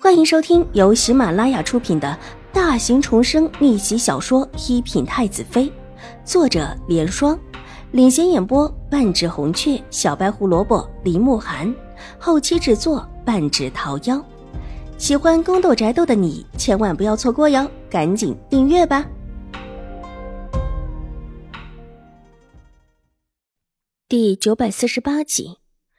欢迎收听由喜马拉雅出品的大型重生逆袭小说《一品太子妃》，作者莲霜，领衔演播半指红雀、小白胡萝卜、林慕寒，后期制作半指桃夭。喜欢宫斗宅斗的你千万不要错过哟，赶紧订阅吧。第948集，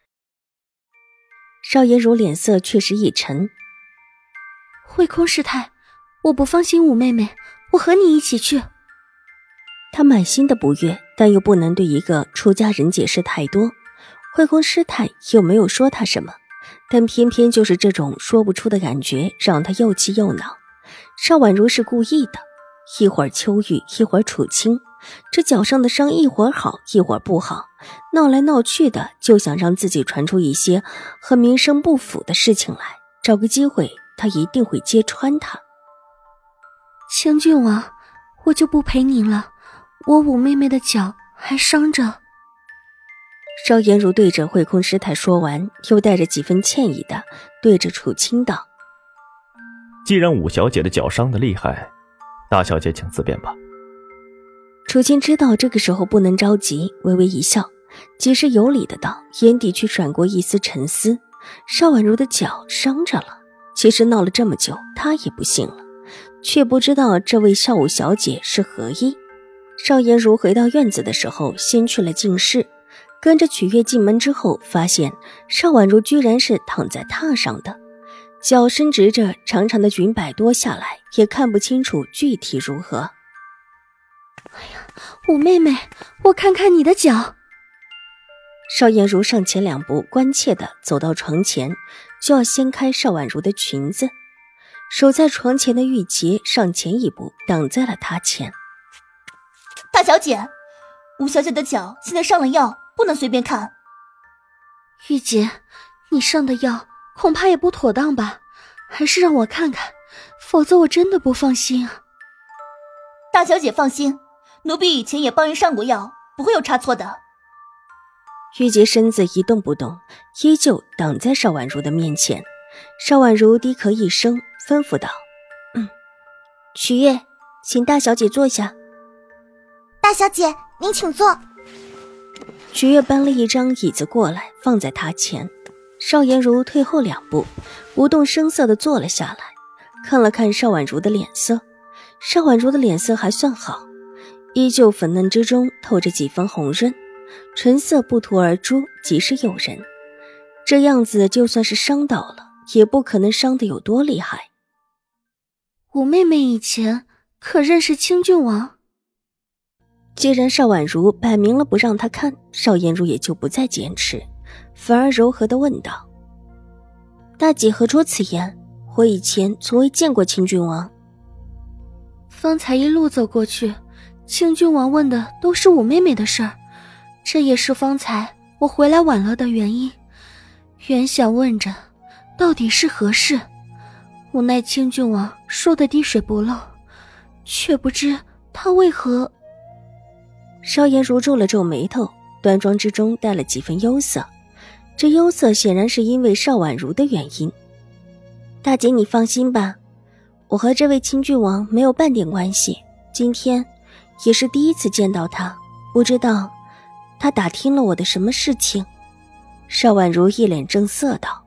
邵颜如脸色确实一沉。 慧空师太，我不放心五妹妹，我和你一起去。 她满心的不悦，但又不能对一个出家人解释太多。慧空师太又没有说她什么，但偏偏就是这种说不出的感觉让她又气又恼。邵婉如是故意的，一会儿秋雨，一会儿楚清，这脚上的伤一会儿好，一会儿不好，闹来闹去的，就想让自己传出一些和名声不符的事情来，找个机会他一定会揭穿他。 清郡王，我就不陪您了，我五妹妹的脚还伤着。 邵颜如对着慧空师太说完，又带着几分歉意的对着楚清道： 既然五小姐的脚伤得厉害，大小姐请自便吧。 楚清知道这个时候不能着急，微微一笑，及时有礼的道，眼底却闪过一丝沉思。邵婉如的脚伤着了，其实闹了这么久，他也不信了，却不知道这位邵五小姐是何意。邵颜如回到院子的时候，先去了净室，跟着曲月进门之后，发现邵婉如居然是躺在榻上的，脚伸直着，长长的裙摆多下来，也看不清楚具体如何。 哎呀，五妹妹，我看看你的脚。 邵颜如上前两步，关切地走到床前，就要掀开邵婉如的裙子。守在床前的玉洁上前一步，挡在了她前。 大小姐，吴小姐的脚现在上了药，不能随便看。 玉洁，你上的药恐怕也不妥当吧，还是让我看看，否则我真的不放心啊。 大小姐放心，奴婢以前也帮人上过药，不会有差错的。 玉洁身子一动不动，依旧挡在邵婉如的面前。邵婉如低咳一声，吩咐道：曲月，请大小姐坐下。 大小姐，您请坐。 曲月搬了一张椅子过来，放在她前。邵颜如退后两步，不动声色地坐了下来，看了看邵婉如的脸色。邵婉如的脸色还算好，依旧粉嫩之中透着几分红润，唇色不涂而出，极是诱人。这样子就算是伤到了，也不可能伤得有多厉害。 五妹妹以前可认识清郡王？ 既然邵婉如摆明了不让她看，邵颜如也就不再坚持，反而柔和地问道：大姐何出此言？我以前从未见过清郡王。 方才一路走过去，清郡王问的都是五妹妹的事儿，这也是方才我回来晚了的原因。原想问着到底是何事，无奈清郡王说的滴水不漏，却不知他为何。 邵颜如皱了皱眉头，端庄之中带了几分忧色，这忧色显然是因为邵婉如的原因。大姐你放心吧，我和这位清郡王没有半点关系，今天也是第一次见到他，不知道他打听了我的什么事情。邵婉如一脸正色道：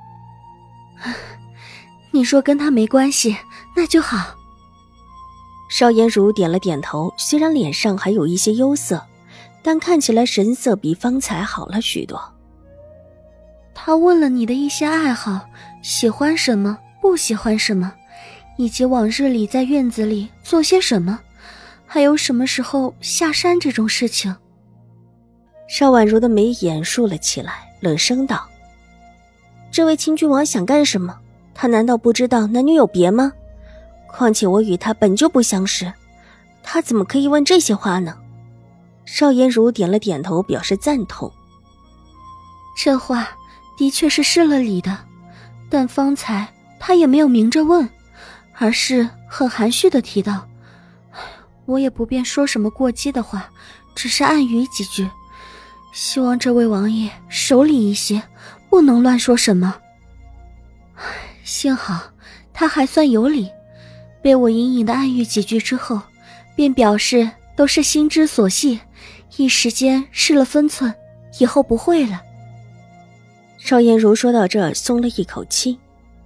你说跟他没关系，那就好。 邵颜如点了点头，虽然脸上还有一些忧色，但看起来神色比方才好了许多。 他问了你的一些爱好，喜欢什么，不喜欢什么，以及往日里在院子里做些什么，还有什么时候下山这种事情。 邵婉如的眉眼竖了起来，冷声道：这位清郡王想干什么？他难道不知道男女有别吗？况且我与他本就不相识，他怎么可以问这些话呢？邵颜如点了点头，表示赞同。 这话的确是失了礼的，但方才他也没有明着问，而是很含蓄地提到，我也不便说什么过激的话，只是暗语几句，希望这位王爷守礼一些，不能乱说什么。 幸好他还算有理，被我隐隐的暗喻几句之后，便表示都是心之所系，一时间失了分寸，以后不会了。 邵颜如说到这儿松了一口气，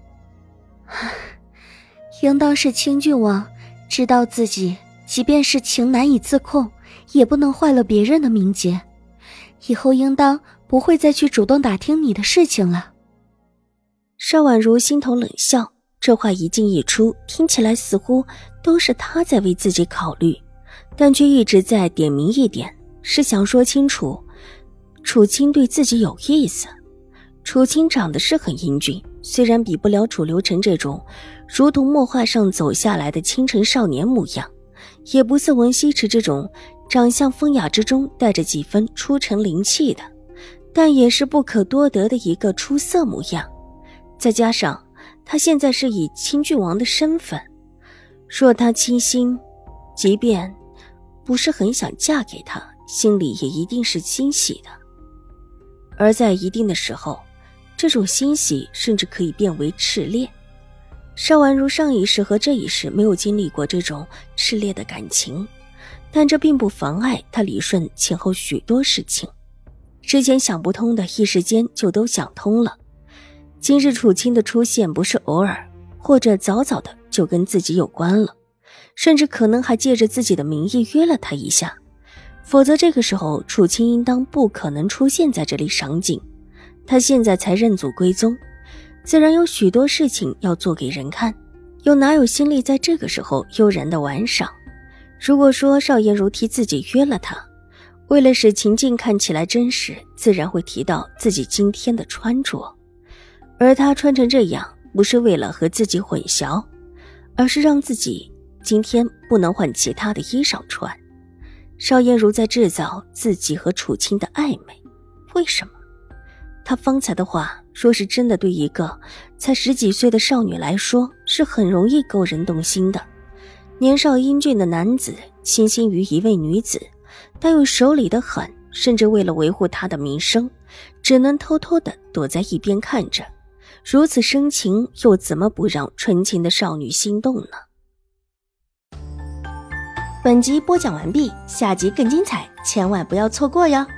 应当是清郡王知道自己即便是情难以自控，也不能坏了别人的名节，以后应当不会再去主动打听你的事情了。 邵婉如心头冷笑，这话一进一出，听起来似乎都是他在为自己考虑，但却一直在点明一点，是想说清楚楚清对自己有意思。楚清长得是很英俊，虽然比不了楚留臣这种如同墨画上走下来的清纯少年模样，也不似文西池这种长相风雅之中带着几分出尘灵气的，但也是不可多得的一个出色模样。再加上他现在是以清郡王的身份，若他倾心，即便不是很想嫁给他，心里也一定是欣喜的。而在一定的时候，这种欣喜甚至可以变为炽烈。邵婉如上一世和这一世没有经历过这种炽烈的感情，但这并不妨碍他理顺前后许多事情。之前想不通的，一时间就都想通了。今日楚清的出现不是偶尔，或者早早的就跟自己有关了，甚至可能还借着自己的名义约了他一下，否则这个时候楚清应当不可能出现在这里赏景。他现在才认祖归宗，自然有许多事情要做给人看，又哪有心力在这个时候悠然的玩赏。如果说邵颜如替自己约了他，为了使情境看起来真实，自然会提到自己今天的穿着，而他穿成这样不是为了和自己混淆，而是让自己今天不能换其他的衣裳穿。邵颜如在制造自己和楚清的暧昧，为什么？他方才的话说是真的，对一个才10几岁的少女来说是很容易勾人动心的。年少英俊的男子倾心于一位女子，但又手里的狠，甚至为了维护她的名声，只能偷偷地躲在一边看着。如此深情，又怎么不让纯情的少女心动呢？ 本集播讲完毕，下集更精彩，千万不要错过哟。